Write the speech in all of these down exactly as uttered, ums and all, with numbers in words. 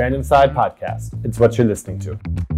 Brand Inside Podcast. It's what you're listening to.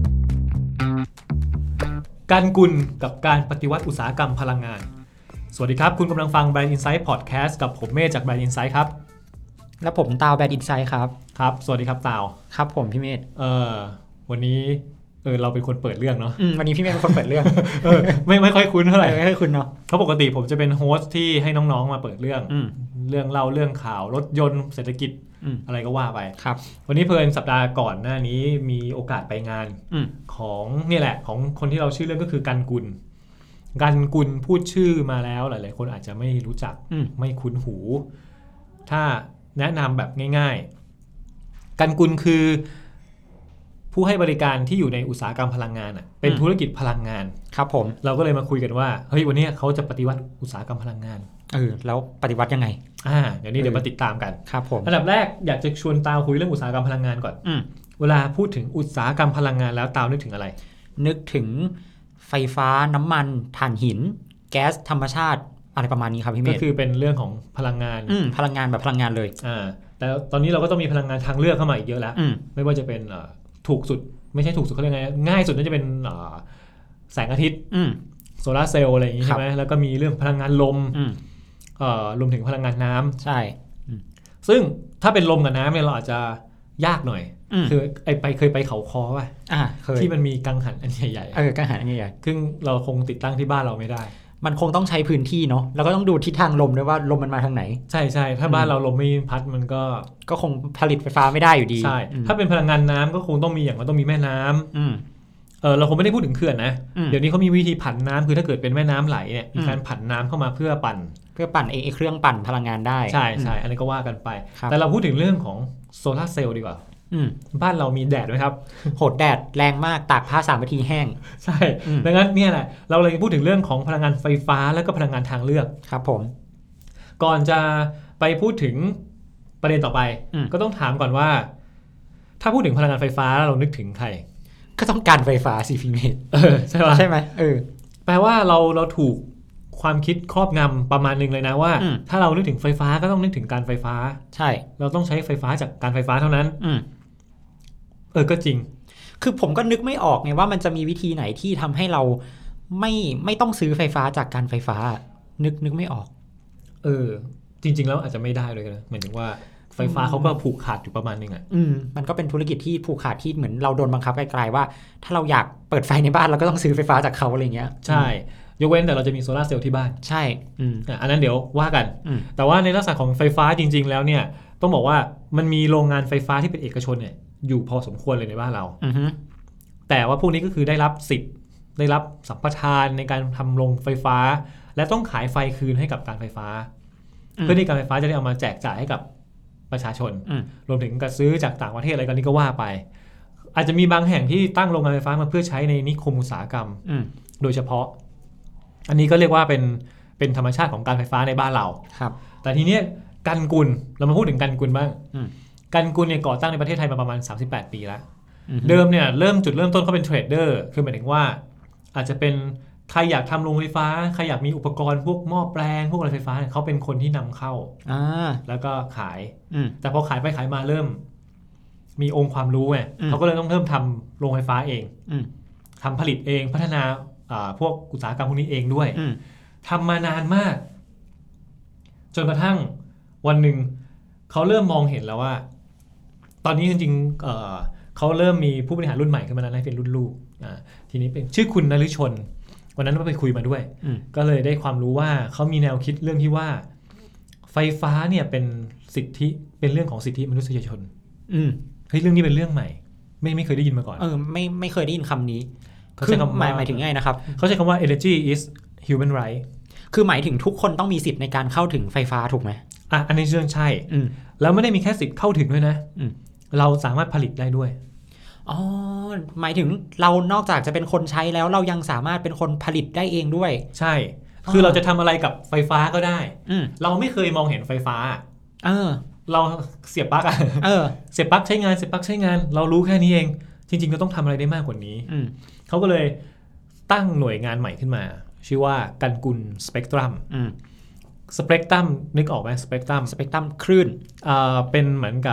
การกุลกับการปฏิวัติอุตสาหกรรมพลังงานสวัสดีครับคุณกำลังฟัง Brand Insight Podcast กับผมเมธจาก Brand Insight ครับและผมตาว Brand Insight ครับครับสวัสดีครับตาวครับผมพี่เมธเออวันนี้เออเราเป็นคนเปิดเรื่องเนาะวันนี้พี่เมธเป็นคนเปิดเรื่องเออไม่ไม่ค่อยคุ้นเท่าไหร่ไม่ค่อยคุ้นเนาะเพราะปกติผมจะเป็นโฮสต์ที่ให้น้องๆมาเปิดเรื่องเรื่องเล่าเรื่องข่าวรถยนต์เศรษฐกิจอะไรก็ว่าไปครับวันนี้เพิ่นสัปดาห์ก่อนหน้านี้มีโอกาสไปงานของนี่แหละของคนที่เราชื่อเรื่องก็คือกันกุลกันกุลพูดชื่อมาแล้วหลายๆคนอาจจะไม่รู้จักไม่คุ้นหูถ้าแนะนำแบบง่ายๆกันกุลคือผู้ให้บริการที่อยู่ในอุตสาหกรรมพลังงานอ่ะเป็นธุรกิจพลังงานครับผมเราก็เลยมาคุยกันว่าเฮ้ยวันนี้เขาจะปฏิวัติอุตสาหกรรมพลังงานเออแล้วปฏิวัติยังไงอ่าเดี๋ยวนี้เดี๋ยวมาติดตามกันครับผมอันดับแรกอยากจะชวนตาวคุยเรื่องอุตสาหกรรมพลังงานก่อนเวลาพูดถึงอุตสาหกรรมพลังงานแล้วตาวนึกถึงอะไรนึกถึงไฟฟ้าน้ำมันถ่านหินแก๊สธรรมชาติอะไรประมาณนี้ครับพี่เมธก็คือเป็นเรื่องของพลังงานอืมพลังงานแบบพลังงานเลยอ่าแต่ตอนนี้เราก็ต้องมีพลังงานทางเลือกเข้ามาอีกเยอะแล้วไม่ว่าจะเป็นถูกสุดไม่ใช่ถูกสุดเขาเรียกไงง่ายสุดน่าจะเป็นแสงอาทิตย์โซลาร์เซลล์อะไรอย่างนี้ใช่ไหมแล้วก็มีเรื่องพลังงานลมรวมถึงพลังงานน้ำใช่ซึ่งถ้าเป็นลมกับน้ำเนี่ยเราอาจจะยากหน่อยคือไอไปเคยไปเขาคอป่ะที่มันมีกังหันอันใหญ่ๆเออกังหันอันใหญ่ๆซึ่งเราคงติดตั้งที่บ้านเราไม่ได้มันคงต้องใช้พื้นที่เนาะแล้วก็ต้องดูทิศทางลมด้วยว่าลมมันมาทางไหนใช่ใช่ถ้าบ้านเราลมไม่พัดมันก็ก็คงผลิตไฟฟ้าไม่ได้อยู่ดีใช่ถ้าเป็นพลังงานน้ำก็คงต้องมีอย่างว่าต้องมีแม่น้ำเออเราคงไม่ได้พูดถึงเขื่อนนะเดี๋ยวนี้เขามีวิธีผันน้ำคือถ้าเกิดเป็นแม่น้ำไหลเนี่ยมีการผันน้ำเข้ามาเพื่อปั่นเพื่อปั่นไอ้เครื่องปั่นพลังงานได้ใช่ใช่อันนี้ก็ว่ากันไปแต่เราพูดถึงเรื่องของโซลาร์เซลล์ดีกว่าบ้านเรามีแดดไหมครับโหดแดดแรงมากตากผ้าสามนาทีแห้งใช่ดังนั้นเนี่ยแหละเราเลยพูดถึงเรื่องของพลังงานไฟฟ้าแล้วก็พลังงานทางเลือกครับผมก่อนจะไปพูดถึงประเด็นต่อไปก็ต้องถามก่อนว่าถ้าพูดถึงพลังงานไฟฟ้าเรานึกถึงใครก็ต้องการไฟฟ้าสิพี่เมธเออใช่ป่ะใช่ไหมเออแปลว่าเราเราถูกความคิดครอบงำประมาณนึงเลยนะว่าถ้าเรานึกถึงไฟฟ้าก็ต้องนึกถึงการไฟฟ้าใช่เราต้องใช้ไฟฟ้าจากการไฟฟ้าเท่านั้นเออก็จริงคือผมก็นึกไม่ออกไงว่ามันจะมีวิธีไหนที่ทำให้เราไม่ไม่ต้องซื้อไฟฟ้าจากการไฟฟ้านึกนึกไม่ออกเออจริงๆแล้วอาจจะไม่ได้เลยนะหมายถึงว่าไฟฟ้าเขาก็ผูกขาดอยู่ประมาณนึงอ่ะอืมมันก็เป็นธุรกิจที่ผูกขาดที่เหมือนเราโดนบังคับไกลๆว่าถ้าเราอยากเปิดไฟในบ้านเราก็ต้องซื้อไฟฟ้าจากเขาอะไรเงี้ยใช่ยกเว้นแต่เราจะมีโซลาร์เซลล์ที่บ้านใช่อืมอันนั้นเดี๋ยวว่ากันแต่ว่าในลักษณะของไฟฟ้าจริงๆแล้วเนี่ยต้องบอกว่ามันมีโรงงานไฟฟ้าที่เป็นเอกชนเนี่ยอยู่พอสมควรเลยในบ้านเราแต่ว่าพวกนี้ก็คือได้รับสิทธิ์ได้รับสัมปทานในการทำโรงไฟฟ้าและต้องขายไฟคืนให้กับการไฟฟ้าเพื่อที่การไฟฟ้าจะได้เอามาแจกจ่ายให้กับประชาชนรวมถึงการซื้อจากต่างประเทศอะไรกันนี่ก็ว่าไปอาจจะมีบางแห่งที่ตั้งโรงงานไฟฟ้ามาเพื่อใช้ในนิคมอุตสาหกรรมโดยเฉพาะอันนี้ก็เรียกว่าเป็นเป็นธรรมชาติของการไฟฟ้าในบ้านเราครับแต่ทีนี้กันกุลเรามาพูดถึงกันกุลบ้างกันกุลเนี่ยก่อตั้งในประเทศไทยมาประมาณสามสิบแปดปีแล้วเดิมเนี่ยเริ่มจุดเริ่มต้นเขาเป็นเทรดเดอร์คือหมายถึงว่าอาจจะเป็นใครอยากทำโรงไฟฟ้าใครอยากมีอุปกรณ์พวกหม้อแปลงพวกอะไรไฟฟ้าเนี่ยเขาเป็นคนที่นำเข้าแล้วก็ขายแต่พอขายไปขายมาเริ่มมีองค์ความรู้ไงเขาก็เลยต้องเริ่มทำโรงไฟฟ้าเองทำผลิตเองพัฒนาพวกอุตสาหกรรมพวกนี้เองด้วยทำมานานมากจนกระทั่งวันหนึ่งเขาเริ่มมองเห็นแล้วว่าตอนนี้จริงๆ เ, เขาเริ่มมีผู้บริหารรุ่นใหม่ขึ้นมาแล้วเป็นรุ่นลูกทีนี้เป็นชื่อคุณนฤชนวันนั้นเราไปคุยมาด้วยก็เลยได้ความรู้ว่าเขามีแนวคิดเรื่องที่ว่าไฟฟ้าเนี่ยเป็นสิทธิเป็นเรื่องของสิทธิมนุษยชนเฮ้ยเรื่องนี้เป็นเรื่องใหม่ไม่ไม่เคยได้ยินมาก่อนเออไม่ไม่เคยได้ยินคำนี้คือหมายหมายถึงไงนะครับเขาใช้คำว่า energy is human right คือหมายถึงทุกคนต้องมีสิทธิ์ในการเข้าถึงไฟฟ้าถูกไหมอ่ะอันนี้เรื่องใช่แล้วไม่ได้มีแค่สิทธิ์เข้าถึงด้วยนะเราสามารถผลิตได้ด้วยอ๋อหมายถึงเรานอกจากจะเป็นคนใช้แล้วเรายังสามารถเป็นคนผลิตได้เองด้วยใช่คือเราจะทำอะไรกับไฟฟ้าก็ได้เราไม่เคยมองเห็นไฟฟ้าเออเราเสียบปลั๊กอ่ะเออเสียบปลั๊กใช้งานเสียบปลั๊กใช้งานเรารู้แค่นี้เองจริงๆเราต้องทำอะไรได้มากกว่านี้เขาก็เลยตั้งหน่วยงานใหม่ขึ้นมาชื่อว่ากันกุลสเปกตรัมสเปกตรัมนึกออกไหมสเปกตรัมสเปกตรัมคลื่นอ่าเป็นเหมือนกับ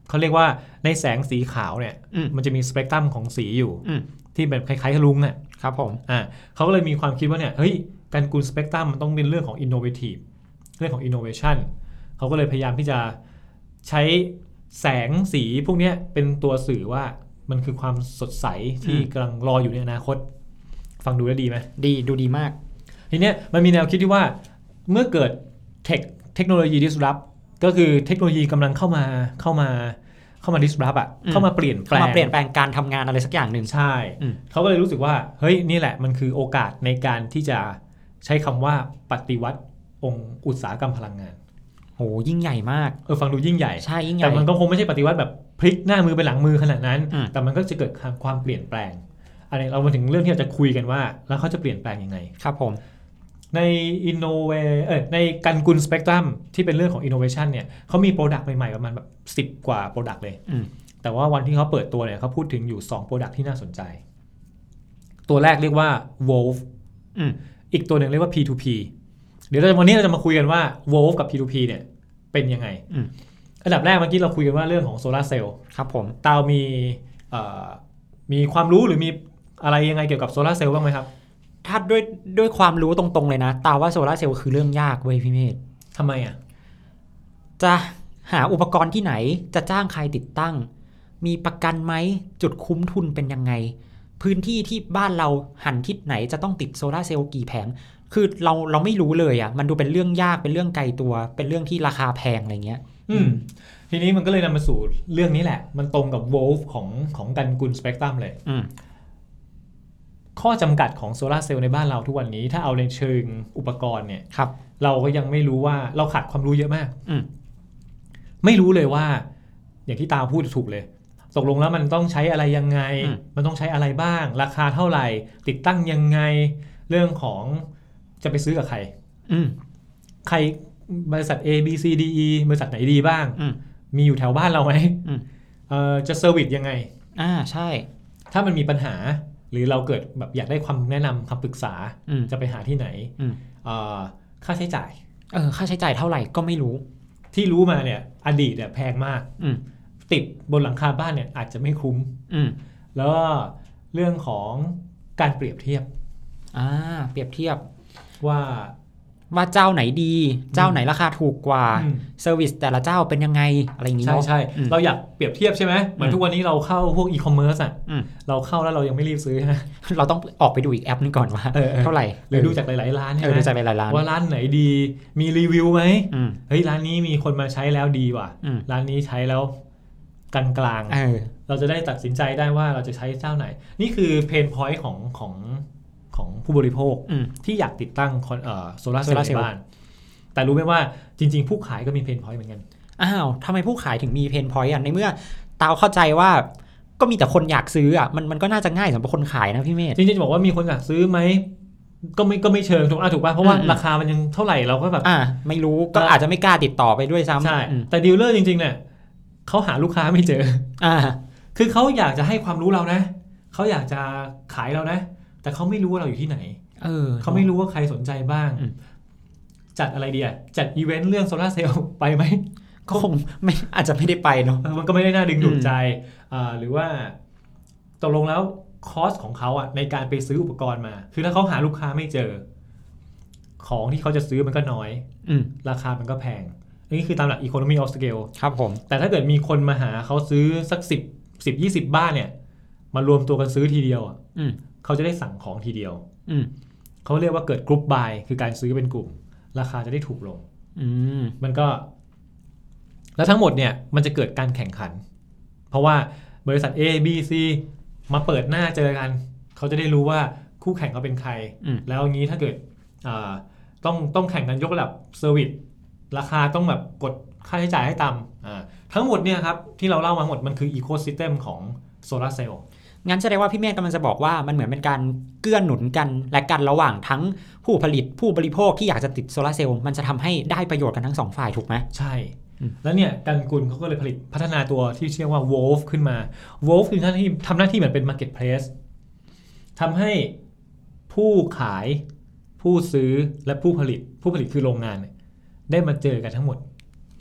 เขาเรียกว่าในแสงสีขาวเนี่ยมันจะมีสเปกตรัมของสีอยู่ที่แบบคล้ายๆทะลุงอ่ะครับผมอ่าเขาก็เลยมีความคิดว่าเนี่ยเฮ้ยการกุลสเปกตรัมมันต้องเป็นเรื่องของ innovative เรื่องของ innovation เขาก็เลยพยายามที่จะใช้แสงสีพวกนี้เป็นตัวสื่อว่ามันคือความสดใสที่กำลังรออยู่ในอนาคตฟังดูได้ดีไหมดีดูดีมากทีเนี้ยมันมีแนวคิดที่ว่าเมื่อเกิดเทคเทคโนโลยี disrupt ก็คือเทคโนโลยีกำลังเข้ามาเข้ามาเข้ามา disrupt อ่ะเข้ามาเปลี่ยนแปลงเข้ามาเปลี่ยนแปลงการทำงานอะไรสักอย่างหนึ่งใช่เขาก็เลยรู้สึกว่าเฮ้ยนี่แหละมันคือโอกาสในการที่จะใช้คำว่าปฏิวัติองค์อุตสาหกรรมพลังงานโหยิ่งใหญ่มากเออฟังดูยิ่งใหญ่ใช่ยิ่งใหญ่แต่มันก็คงไม่ใช่ปฏิวัติแบบพลิกหน้ามือไปหลังมือขนาดนั้นแต่มันก็จะเกิดความเปลี่ยนแปลงอันนี้เรามาถึงเรื่องที่เราจะคุยกันว่าแล้วเขาจะเปลี่ยนแปลงยังไงครับผมใน Innove เอ่อในกันกุลสเปกตรัมที่เป็นเรื่องของ innovation เนี่ยเขามีโปรดักต์ใหม่ๆประมาณแบบสิบกว่าโปรดักต์เลยแต่ว่าวันที่เขาเปิดตัวเนี่ยเขาพูดถึงอยู่สองโปรดักต์ที่น่าสนใจตัวแรกเรียกว่า Wolf อืมอีกตัวหนึ่งเรียกว่า พี ทู พี เดี๋ยววันนี้เราจะมาคุยกันว่า Wolf กับ พี ทู พี เนี่ยเป็นยังไงอันดับแรกเมื่อกี้เราคุยกันว่าเรื่องของโซลาร์เซลล์ครับผมตาวมีเอ่อมีความรู้หรือมีอะไรยังไงเกี่ยวกับโซลาร์เซลล์บ้างไหมครับถ้าด้วยด้วยความรู้ตรงๆเลยนะตาว่าโซลาร์เซลล์คือเรื่องยากเว้ยพี่เมธทำไมอ่ะจะหาอุปกรณ์ที่ไหนจะจ้างใครติดตั้งมีประกันไหมจุดคุ้มทุนเป็นยังไงพื้นที่ที่บ้านเราหันทิศไหนจะต้องติดโซลาร์เซลล์กี่แผงคือเราเราไม่รู้เลยอ่ะมันดูเป็นเรื่องยากเป็นเรื่องไกลตัวเป็นเรื่องที่ราคาแพงอะไรเงี้ยอืมทีนี้มันก็เลยนำมาสู่เรื่องนี้แหละมันตรงกับ Wolf ของของกันกุลสเปกตรัมเลยอืมข้อจำกัดของโซลาร์เซลล์ในบ้านเราทุกวันนี้ถ้าเอาในเชิงอุปกรณ์เนี่ยครับเราก็ยังไม่รู้ว่าเราขาดความรู้เยอะมากอืมไม่รู้เลยว่าอย่างที่ตาพูดถูกเลยตกลงแล้วมันต้องใช้อะไรยังไงมันต้องใช้อะไรบ้างราคาเท่าไหร่ติดตั้งยังไงเรื่องของจะไปซื้อกับใครอืมใครบริษัท A B C D E บริษัทไหนดีบ้างมีอยู่แถวบ้านเราไหมเอ่อจะเซอร์วิสยังไงอ่าใช่ถ้ามันมีปัญหาหรือเราเกิดแบบอยากได้ความแนะนำคำปรึกษาจะไปหาที่ไหนค่าใช้จ่ายเออค่าใช้จ่ายเท่าไหร่ก็ไม่รู้ที่รู้มาเนี่ยอดีตเนี่ยแพงมากติดบนหลังคาบ้านเนี่ยอาจจะไม่คุ้มแล้วก็เรื่องของการเปรียบเทียบอ่าเปรียบเทียบว่าว่าเจ้าไหนดีเจ้าไหนราคาถูกกว่าเซอร์วิสแต่ละเจ้าเป็นยังไงอะไรอย่างงี้เนาะใช่ๆเราอยากเปรียบเทียบใช่ไหมเหมือนทุกวันนี้เราเข้าพวกอีคอมเมิร์ซอ่ะเราเข้าแล้วเรายังไม่รีบซื้อนะเราต้องออกไปดูอีกแอปนึงก่อนว่าเท่าไหร่หรือดูจากหลายๆร้านใช่ไหมดูจากหลายๆร้านว่าร้านไหนดีมีรีวิวไหมเฮ้ยร้านนี้มีคนมาใช้แล้วดีว่ะร้านนี้ใช้แล้วกลางๆเราจะได้ตัดสินใจได้ว่าเราจะใช้เจ้าไหนนี่คือเพนพอยต์ของของของผู้บริโภคที่อยากติดตั้งโซลาร์เซลล์ในบ้านแต่รู้ไหมว่าจริงๆผู้ขายก็มีเพนพอยต์เหมือนกันอ้าวทำไมผู้ขายถึงมีเพนพอยต์อ่ะในเมื่อตาวเข้าใจว่าก็มีแต่คนอยากซื้ออ่ะมันมันก็น่าจะง่ายสำหรับคนขายนะพี่เมธจริงๆจะบอกว่ามีคนอยากซื้อไหมก็ไม่ก็ไม่เชิงถูกอ่ะถูกป่ะเพราะว่าราคามันยังเท่าไหร่เราก็แบบอ่าไม่รู้ก็อาจจะไม่กล้าติดต่อไปด้วยซ้ำใช่แต่ดีลเลอร์จริงๆเนี่ยเขาหาลูกค้าไม่เจออ่าคือเขาอยากจะให้ความรู้เรานะเขาอยากจะขายเรานะแต่เขาไม่รู้ว่าเราอยู่ที่ไหนเออเขาไม่รู้ว่าใครสนใจบ้างจัดอะไรดีอ่ะจัดอีเวนต์เรื่องโซลาร์เซลล์ไปไหมก็คงไม่อาจจะไม่ได้ไปเนาะมันก็ไม่ได้น่าดึงดูดใจอ่าหรือว่าตกลงแล้วคอสของเขาอ่ะในการไปซื้ออุปกรณ์มาคือถ้าเขาหาลูกค้าไม่เจอของที่เขาจะซื้อมันก็น้อยราคามันก็แพงนี่คือตามหลัก economy of scale ครับผมแต่ถ้าเกิดมีคนมาหาเขาซื้อสักสิบ สิบ ยี่สิบบ้านเนี่ยมารวมตัวกันซื้อทีเดียวอ่ะเขาจะได้สั่งของทีเดียวเขาเรียกว่าเกิดกรุ๊ปบายคือการซื้อเป็นกลุ่มราคาจะได้ถูกลงมันก็แล้วทั้งหมดเนี่ยมันจะเกิดการแข่งขันเพราะว่าบริษัท A B C มาเปิดหน้าเจอกันเขาจะได้รู้ว่าคู่แข่งเขาเป็นใครแล้วอย่างนี้ถ้าเกิดต้องต้องแข่งกันยกระดับเซอร์วิสราคาต้องแบบกดค่าใช้จ่ายให้ต่ำทั้งหมดเนี่ยครับที่เราเล่ามาหมดมันคืออีโคซิสเต็มของโซลาร์เซลล์งั้นแสดงว่าพี่เมฆกำลังจะบอกว่ามันเหมือนเป็นการเกื้อหนุนกันและกันระหว่างทั้งผู้ผลิตผู้บริโภคที่อยากจะติดโซลาร์เซลล์มันจะทำให้ได้ประโยชน์กันทั้งสองฝ่ายถูกไหมใช่แล้วเนี่ยกันกุลเขาก็เลยผลิตพัฒนาตัวที่ชื่อว่า Wolf ขึ้นมา Wolf คือหน้าที่ทำหน้าที่เหมือนเป็น Marketplace ทำให้ผู้ขายผู้ซื้อและผู้ผลิตผู้ผลิตคือโรงงานได้มาเจอกันทั้งหมด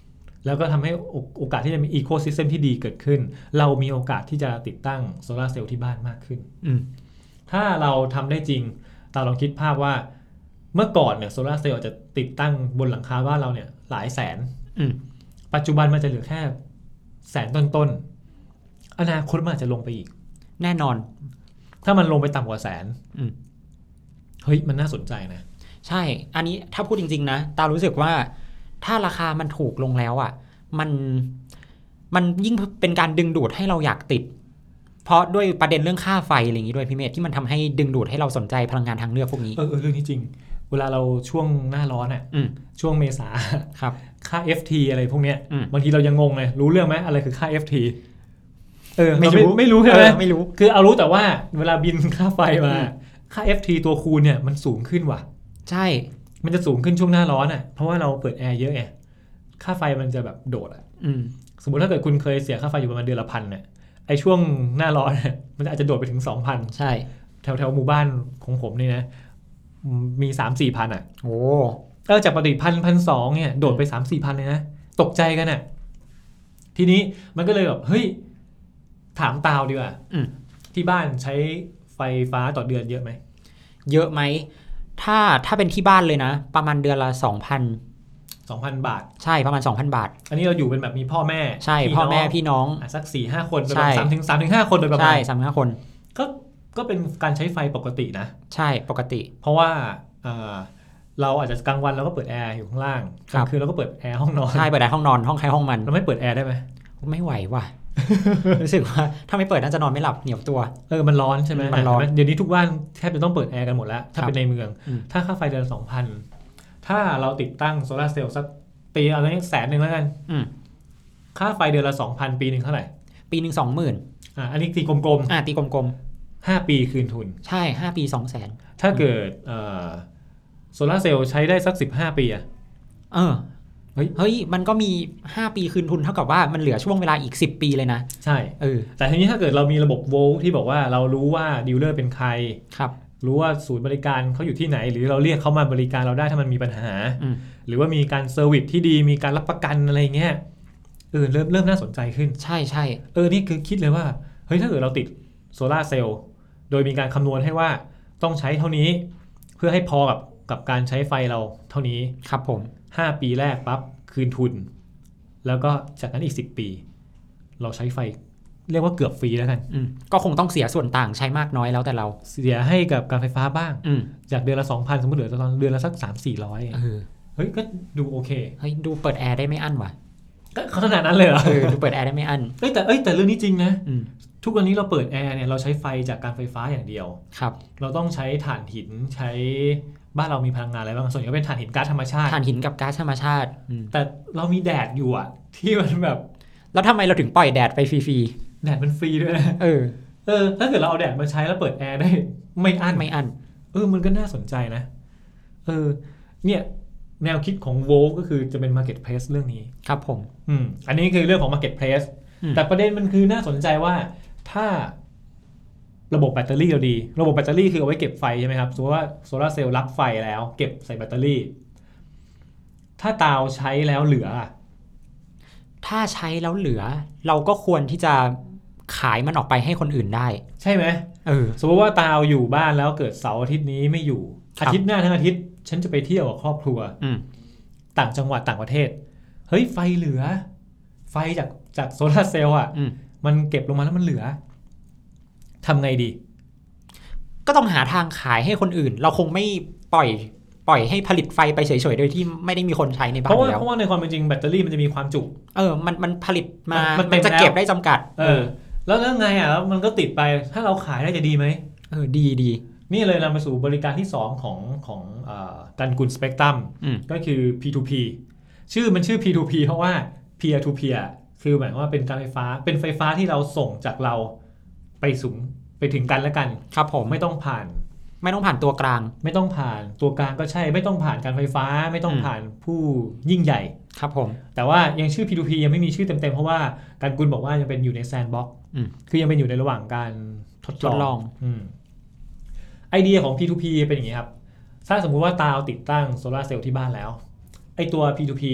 แล้วก็ทำให้โอกาสที่จะมีอีโคซิสเต็มที่ดีเกิดขึ้นเรามีโอกาสที่จะติดตั้งโซลาร์เซลล์ที่บ้านมากขึ้นถ้าเราทำได้จริงตาลองคิดภาพว่าเมื่อก่อนเนี่ยโซลาร์เซลล์จะติดตั้งบนหลังคาบ้านเราเนี่ยหลายแสนปัจจุบันมันจะเหลือแค่แสนต้นๆอนาคตมันอาจจะลงไปอีกแน่นอนถ้ามันลงไปต่ำกว่าแสนเฮ้ยมันน่าสนใจนะใช่อันนี้ถ้าพูดจริงๆนะตารู้สึกว่าถ้าราคามันถูกลงแล้วอ่ะมันมันยิ่งเป็นการดึงดูดให้เราอยากติดเพราะด้วยประเด็นเรื่องค่าไฟอะไรอย่างนี้ด้วยพี่เมธที่มันทำให้ดึงดูดให้เราสนใจพลังงานทางเลือกพวกนี้เออเรื่องนี้จริงเวลาเราช่วงหน้าร้อนอ่ะช่วงเมษาครับค่า เอฟ ที อะไรพวกเนี้ยบางทีเรายังงงเลยรู้เรื่องไหมอะไรคือค่า เอฟ ที เออไม่รู้ไม่รู้ใช่ไหมไม่รู้คือเอารู้แต่ว่าเวลาบินค่าไฟมาค่า เอฟ ที ตัวคูณเนี่ยมันสูงขึ้นว่ะใช่มันจะสูงขึ้นช่วงหน้าร้อนอ่ะเพราะว่าเราเปิดแอร์เยอะไงค่าไฟมันจะแบบโดดอ่ะสมมุติถ้าเกิดคุณเคยเสียค่าไฟอยู่ประมาณเดือนละพันเนี่ยไอ้ช่วงหน้าร้อนเนี่ยมันอาจจะโดดไปถึง สองพันใช่แถวๆหมู่บ้านของผมนี่นะมี สามสี่พัน อ่ะโอ้เออจากปกติ หนึ่งพัน หนึ่งพันสองร้อย เนี่ยโดดไป สามสี่พัน เลยนะตกใจกันน่ะทีนี้มันก็เลยแบบเฮ้ยถามตาวดีกว่าที่บ้านใช้ไฟฟ้าต่อเดือนเยอะไหมเยอะไหมถ้าถ้าเป็นที่บ้านเลยนะประมาณเดือนละ สองพันสองพัน บาทใช่ประมาณ สองพัน บาทอันนี้เราอยู่เป็นแบบมีพ่อแม่ใช่พ่อแม่พี่น้องอ่ะสัก สี่ห้า คนประมาณสามถึงสามถึงห้าคนโดยประมาณใช่ สามถึงห้า คนก็ก็เป็นการใช้ไฟปกตินะใช่ปกติเพราะว่าเอ่อเราอาจจะกลางวันเราก็เปิดแอร์อยู่ข้างล่างกลางคืนเราก็เปิดแอร์ห้องนอนใช่เปิดแอร์ห้องนอนห้องใครห้องมันเราไม่เปิดแอร์ได้ไหมไม่ไหวว่ะ รู้สึกว่าถ้าไม่เปิดน่าจะนอนไม่หลับเหนียวตัวเออมันร้อนใช่ไหมมันร้อนเดี๋ยวนี้ทุกบ้านแทบจะต้องเปิดแอร์กันหมดแล้วถ้าเป็นในเมืองถ้าค่าไฟเดือนสองพันถ้าเราติดตั้งโซลาร์เซลล์สักปีเอาเลยแสนหนึ่งแล้วกันค่าไฟเดือนละสองพันปีหนึ่งเท่าไหร่ปีหนึ่งสองหมื่นอ่าอันนี้ตีกลมๆอ่าตีกลมๆห้าปีคืนทุนใช่ห้าปีสองแสนถ้าเกิดเอ่อโซลาร์เซลล์ใช้ได้สักสิบห้าปีอ่ะเออเฮ้ยเฮ้ยมันก็มีห้าปีคืนทุนเท่ากับว่ามันเหลือช่วงเวลาอีกสิบปีเลยนะใช่เออแต่ทีนี้ถ้าเกิดเรามีระบบโวลต์ที่บอกว่าเรารู้ว่าดีลเลอร์เป็นใครครับรู้ว่าศูนย์บริการเขาอยู่ที่ไหนหรือเราเรียกเขามาบริการเราได้ถ้ามันมีปัญหาหรือว่ามีการเซอร์วิสที่ดีมีการรับประกันอะไรเงี้ยเออเริ่มเริ่มน่าสนใจขึ้นใช่ใช่เออนี่คือคิดเลยว่าเฮ้ยถ้าเกิดเราติดโซลาร์เซลล์โดยมีการคำนวณให้ว่าต้องใช้เท่านี้เพื่อให้พอกับกับการใช้ไฟเราเท่านี้ครับผมห้าปีแรกปั๊บคืนทุนแล้วก็จากนั้นอีกสิบปีเราใช้ไฟเรียกว่าเกือบฟรีแล้วกันก็คงต้องเสียส่วนต่างใช้มากน้อยแล้วแต่เราเสียให้กับการไฟฟ้าบ้างจากเดือนละ สองพัน สมมุติเหลือตอนเดือนละสัก สามสี่ร้อยเออเฮ้ยก็ดูโอเคเฮ้ยดูเปิดแอร์ได้ไม่อั้นว่ะก็ขนาดนั้นเลยเหรอเออดูเปิดแอร์ได้ไม่อั้นเอ้ยแต่เอ้ยแต่เรื่องนี้จริงนะทุกวันนี้เราเปิดแอร์เนี่ยเราใช้ไฟจากการไฟฟ้าอย่างเดียวครับเราต้องใช้ถ่านหินใช้บ้านเรามีพลังงานอะไรบ้างส่วนใหญ่ก็เป็นถ่านหินก๊าซธรรมชาติถ่านหินกับก๊าซธรรมชาติแต่เรามีแดดอยู่อ่ะที่มันแบบแล้วทำไมเราถึงปล่อยแดดไปฟรีๆแดดมันฟรีด้วยนะเออเออถ้าเกิดเราเอาแดดมาใช้แล้วเปิดแอร์ได้ไม่อั้นไม่อั้นเออมันก็น่าสนใจนะเออเนี่ยแนวคิดของโวลต์ก็คือจะเป็น marketplace เรื่องนี้ครับผมอืมอันนี้คือเรื่องของ marketplace แต่ประเด็นมันคือน่าสนใจว่าถ้าระบบแบตเตอรี่เราดีระบบแบตเตอรี่คือเอาไว้เก็บไฟใช่ไหมครับสมมติว่าโซลาร์เซลล์รับไฟแล้วเก็บใส่แบตเตอรี่ถ้าตาวใช้แล้วเหลือถ้าใช้แล้วเหลือเราก็ควรที่จะขายมันออกไปให้คนอื่นได้ใช่ไหมเออสมมติว่าตาวอยู่บ้านแล้วเกิดเสาร์อาทิตย์นี้ไม่อยู่อาทิตย์หน้าทั้งอาทิตย์ฉันจะไปเที่ยวกับครอบครัวต่างจังหวัดต่างประเทศเฮ้ยไฟเหลือไฟจากจากโซลาร์เซลล์อ่ะมันเก็บลงมาแล้วมันเหลือทำไงดีก็ต้องหาทางขายให้คนอื่นเราคงไม่ปล่อยปล่อยให้ผลิตไฟไปเฉยๆโดยที่ไม่ได้มีคนใช้ในบ้านแล้วเพราะว่าในความเป็นจริงแบตเตอรี่มันจะมีความจุเออมันมันผลิตมามันจะเก็บได้จำกัดเออแล้วแล้วไงอ่ะแล้วมันก็ติดไปถ้าเราขายได้จะดีไหมเออดีดีนี่เลยนำมาสู่บริการที่สองของของอ่ากันกุลสเปกตรัมก็คือ พี ทู พี ชื่อมันชื่อ พี ทู พี เพราะว่า peer to peer คือหมายว่าเป็นการไฟฟ้าเป็นไฟฟ้าที่เราส่งจากเราไปสูงไปถึงกันและกันครับผมไม่ต้องผ่านไม่ต้องผ่านตัวกลางไม่ต้องผ่านตัวกลางก็ใช่ไม่ต้องผ่านการไฟฟ้าไม่ต้องผ่านผู้ยิ่งใหญ่ครับผมแต่ว่ายังชื่อ พี ทู พี ยังไม่มีชื่อเต็มๆเพราะว่าการกุลบอกว่ายังเป็นอยู่ในแซนด์บ็อกซ์คือยังเป็นอยู่ในระหว่างการทดลองไอเดียของ พี ทู พี เป็นอย่างนี้ครับถ้าสมมุติว่าตาวติดตั้งโซลาร์เซลล์ที่บ้านแล้วไอตัว พี ทู พี เนี่ย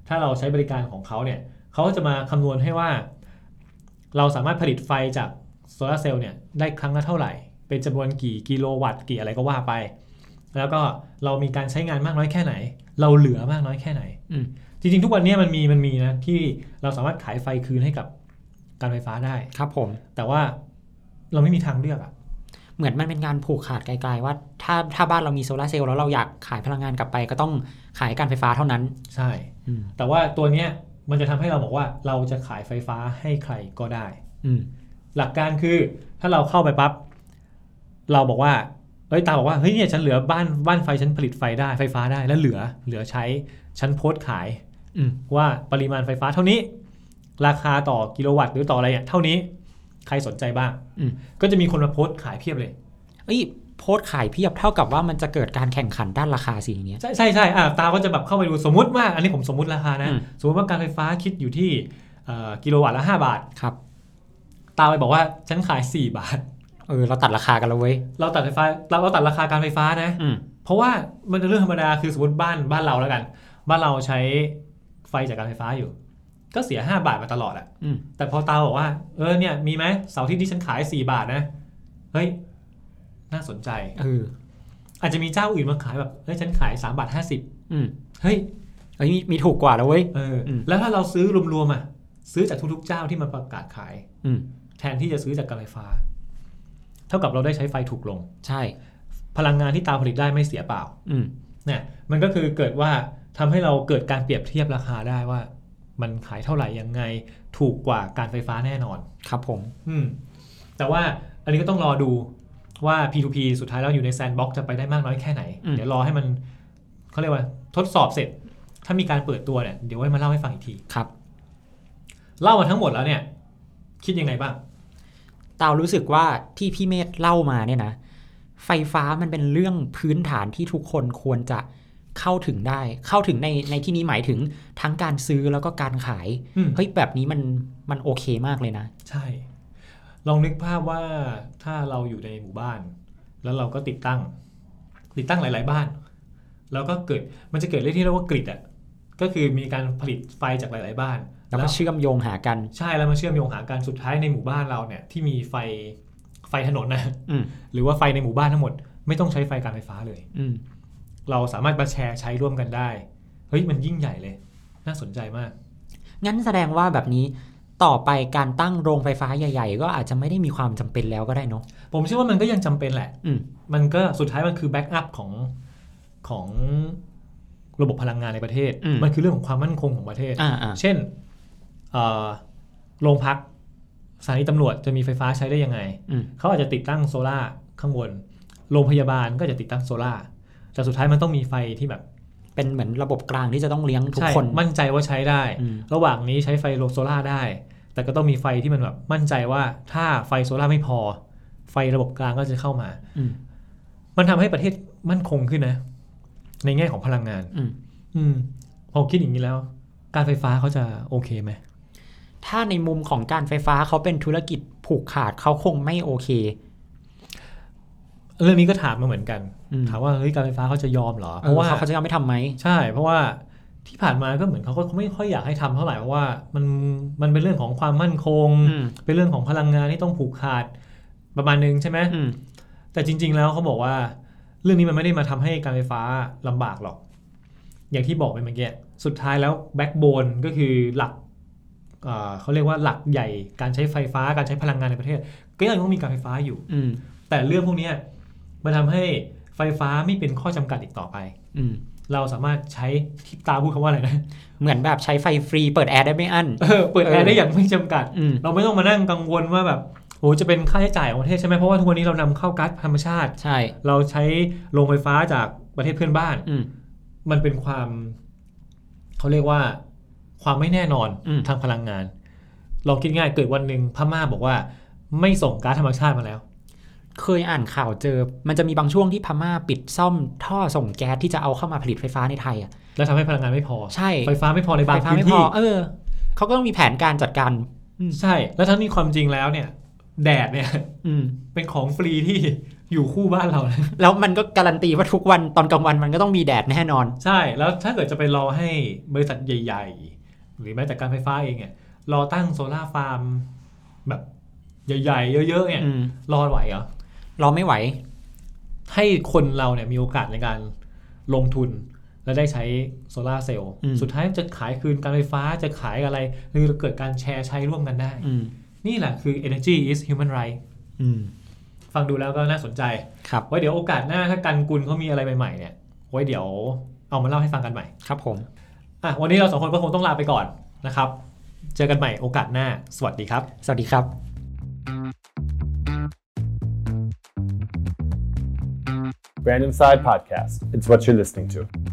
ถ้าเราใช้บริการของเขาเนี่ยเขาจะมาคำนวณให้ว่าเราสามารถผลิตไฟจากโซลาร์เซลล์เนี่ยได้ครั้งละเท่าไหร่เป็นจำนวนกี่กิโลวัตต์กี่อะไรก็ว่าไปแล้วก็เรามีการใช้งานมากน้อยแค่ไหนเราเหลือมากน้อยแค่ไหนจริงๆทุกวันนี้มันมีมันมีนะที่เราสามารถขายไฟคืนให้กับการไฟฟ้าได้ครับผมแต่ว่าเราไม่มีทางเลือกอะเหมือนมันเป็นการผูกขาดไกลๆว่าถ้าถ้าบ้านเรามีโซลาร์เซลล์แล้วเราอยากขายพลังงานกลับไปก็ต้องขายการไฟฟ้าเท่านั้นใช่แต่ว่าตัวเนี้ยมันจะทำให้เราบอกว่าเราจะขายไฟฟ้าให้ใครก็ได้หลักการคือถ้าเราเข้าไปปั๊บเราบอกว่าเอ้ยตาบอกว่าเฮ้ยเนี่ยฉันเหลือบ้านบ้านไฟฉันผลิตไฟได้ไฟฟ้าได้แล้วเหลือเหลือใช้ฉันโพสต์ขายว่าปริมาณไฟฟ้าเท่านี้ราคาต่อกิโลวัตต์หรือต่ออะไรเนี่ยเท่านี้ใครสนใจบ้างก็จะมีคนมาโพสต์ขายเพียบเลยเอ้ยโพสต์ขายเพียบเท่ากับว่ามันจะเกิดการแข่งขันด้านราคาสิอย่างเงี้ยใช่ใช่ใช่อ่าตาก็จะแบบเข้าไปดูสมมุติว่าอันนี้ผมสมมุติราคานะสมมติว่าการไฟฟ้าคิดอยู่ที่กิโลวัตต์ละห้าบาทครับตาไปบอกว่าฉันขายสี่บาทเออเราตัดราคากันแล้วเว้ยเราตัดไฟฟ้าเราเราตัดราคาการไฟฟ้านะเพราะว่ามันเป็นเรื่องธรรมดาคือสมมติบ้านบ้านเราแล้วกันบ้านเราใช้ไฟจากการไฟฟ้าอยู่ก็เสียห้าบาทมาตลอดอะแต่พอตาบอกว่าเออเนี่ยมีไหมเสาร์ที่ที่ฉันขายสี่บาทนะเฮ้ยน่าสนใจเอออาจจะมีเจ้าอื่นมาขายแบบเฮ้ยฉันขายสามบาทห้าสิบเฮ้ยเฮ้ยมีถูกกว่าแล้วเว้ยเออแล้วถ้าเราซื้อรวมๆอ่ะซื้อจากทุกๆเจ้าที่มาประกาศขายแทนที่จะซื้อจากการไฟฟ้าเท่ากับเราได้ใช้ไฟถูกลงใช่พลังงานที่ตาผลิตได้ไม่เสียเปล่าเนี่ยมันก็คือเกิดว่าทำให้เราเกิดการเปรียบเทียบราคาได้ว่ามันขายเท่าไหร่ยังไงถูกกว่าการไฟฟ้าแน่นอนครับผมอืมแต่ว่าอันนี้ก็ต้องรอดูว่า พี ทู พี สุดท้ายแล้วอยู่ในแซนด์บ็อกซ์จะไปได้มากน้อยแค่ไหนเดี๋ยวรอให้มันเขาเรียกว่าทดสอบเสร็จถ้ามีการเปิดตัวเนี่ยเดี๋ยวไว้มาเล่าให้ฟังอีกทีครับเล่ามาทั้งหมดแล้วเนี่ยคิดยังไงบ้างตาวรู้สึกว่าที่พี่เมธเล่ามาเนี่ยนะไฟฟ้ามันเป็นเรื่องพื้นฐานที่ทุกคนควรจะเข้าถึงได้เข้าถึงในในที่นี้หมายถึงทั้งการซื้อแล้วก็การขายเฮ้ยแบบนี้มันมันโอเคมากเลยนะใช่ลองนึกภาพว่าถ้าเราอยู่ในหมู่บ้านแล้วเราก็ติดตั้งติดตั้งหลายๆบ้านแล้วก็เกิดมันจะเกิดเรื่องที่เรียกว่ากริดอ่ะก็คือมีการผลิตไฟจากหลายๆบ้านแล้วก็เชื่อมโยงหากันใช่แล้วมาเชื่อมโยงหากันสุดท้ายในหมู่บ้านเราเนี่ยที่มีไฟไฟถนนนะหรือว่าไฟในหมู่บ้านทั้งหมดไม่ต้องใช้ไฟการไฟฟ้าเลยเราสามารถมาแชร์ใช้ร่วมกันได้เฮ้ยมันยิ่งใหญ่เลยน่าสนใจมากงั้นแสดงว่าแบบนี้ต่อไปการตั้งโรงไฟฟ้าใหญ่ๆก็อาจจะไม่ได้มีความจำเป็นแล้วก็ได้เนาะผมเชื่อว่ามันก็ยังจำเป็นแหละมันก็สุดท้ายมันคือแบ็กอัพของของระบบพลังงานในประเทศมันคือเรื่องของความมั่นคงของประเทศเช่นโรงพักสถานีตำรวจจะมีไฟฟ้าใช้ได้ยังไงเขาอาจจะติดตั้งโซล่าข้างบนโรงพยาบาลก็จะติดตั้งโซล่าแต่สุดท้ายมันต้องมีไฟที่แบบเป็นเหมือนระบบกลางที่จะต้องเลี้ยงทุกคนมั่นใจว่าใช้ได้ระหว่างนี้ใช้ไฟโซล่าได้แต่ก็ต้องมีไฟที่มันแบบมั่นใจว่าถ้าไฟโซล่าไม่พอไฟระบบกลางก็จะเข้ามามันทำให้ประเทศมั่นคงขึ้นนะในแง่ของพลังงานอืมพอคิดอย่างนี้แล้วการไฟฟ้าเขาจะโอเคไหมถ้าในมุมของการไฟฟ้าเขาเป็นธุรกิจผูกขาดเขาคงไม่โอเคเรื่องนี้ก็ถามมาเหมือนกันถามว่าเฮ้ยการไฟฟ้าเขาจะยอมเหรอเพราะว่าเขาจะยอมไม่ทำไหมใช่เพราะว่าที่ผ่านมาก็เหมือนเขาก็ไม่ค่อยอยากให้ทำเท่าไหร่เพราะว่ามันมันเป็นเรื่องของความมั่นคงเป็นเรื่องของพลังงานที่ต้องผูกขาดประมาณนึงใช่ไหมแต่จริงๆแล้วเขาบอกว่าเรื่องนี้มันไม่ได้มาทำให้การไฟฟ้าลำบากหรอกอย่างที่บอกไปเมื่อกี้สุดท้ายแล้วแบ็คโบนก็คือหลักเขาเรียกว่าหลักใหญ่การใช้ไฟฟ้าการใช้พลังงานในประเทศก็ยังต้องมีการไฟฟ้าอยู่แต่เรื่องพวกนี้มันทำให้ไฟฟ้าไม่เป็นข้อจำกัดอีกต่อไปเราสามารถใช้ที่ตาพูดคำว่าอะไรนะเหมือนแบบใช้ไฟฟรีเปิดแอร์ได้ไม่อั้นเออเปิดแอร์ได้อย่างไม่จำกัดเราไม่ต้องมานั่งกังวลว่าแบบโหจะเป็นค่าใช้จ่ายของประเทศใช่ไหมเพราะว่าทุกวันนี้เรานำเข้าก๊าซธรรมชาติใช่เราใช้โรงไฟฟ้าจากประเทศเพื่อนบ้านมันเป็นความเขาเรียกว่าความไม่แน่นอนทางพลังงานลองคิดง่ายเกิดวันหนึ่งพม่าบอกว่าไม่ส่งก๊าซธรรมชาติมาแล้วเคยอ่านข่าวเจอมันจะมีบางช่วงที่พม่าปิดซ่อมท่อส่งแก๊สที่จะเอาเข้ามาผลิตไฟฟ้าในไทยอ่ะแล้วทำให้พลังงานไม่พอใช่ไฟฟ้าไม่พอในบางพื้นที่เออเขาก็ต้องมีแผนการจัดการใช่แล้วทั้งนี้ความจริงแล้วเนี่ยแดดเนี่ยเป็นของฟรีที่อยู่คู่บ้านเราเลยแล้วมันก็การันตีว่าทุกวันตอนกลางวันมันก็ต้องมีแดดแน่นอนใช่แล้วถ้าเกิดจะไปรอให้บริษัทใหญ่ๆหรือแม้แต่การไฟฟ้าเองเนี่ยรอตั้งโซล่าร์ฟาร์มแบบใหญ่ๆเยอะๆเนี่ยรอไหวเหรอรอไม่ไหวให้คนเราเนี่ยมีโอกาสในการลงทุนและได้ใช้โซล่าร์เซลล์สุดท้ายจะขายคืนการไฟฟ้าจะขายอะไรหรือเกิดการแชร์ใช้ร่วมกันได้นี่แหละคือ energy is human right ฟังดูแล้วก็น่าสนใจครับไว้เดี๋ยวโอกาสหน้าถ้ากันกุลเขามีอะไรใหม่ๆเนี่ยไว้เดี๋ยวเอามาเล่าให้ฟังกันใหม่ครับผมอ่ะวันนี้เราสองคนก็คงต้องลาไปก่อนนะครับเจอกันใหม่โอกาสหน้าสวัสดีครับสวัสดีครับ Brand Inside Podcast. It's what you're listening to.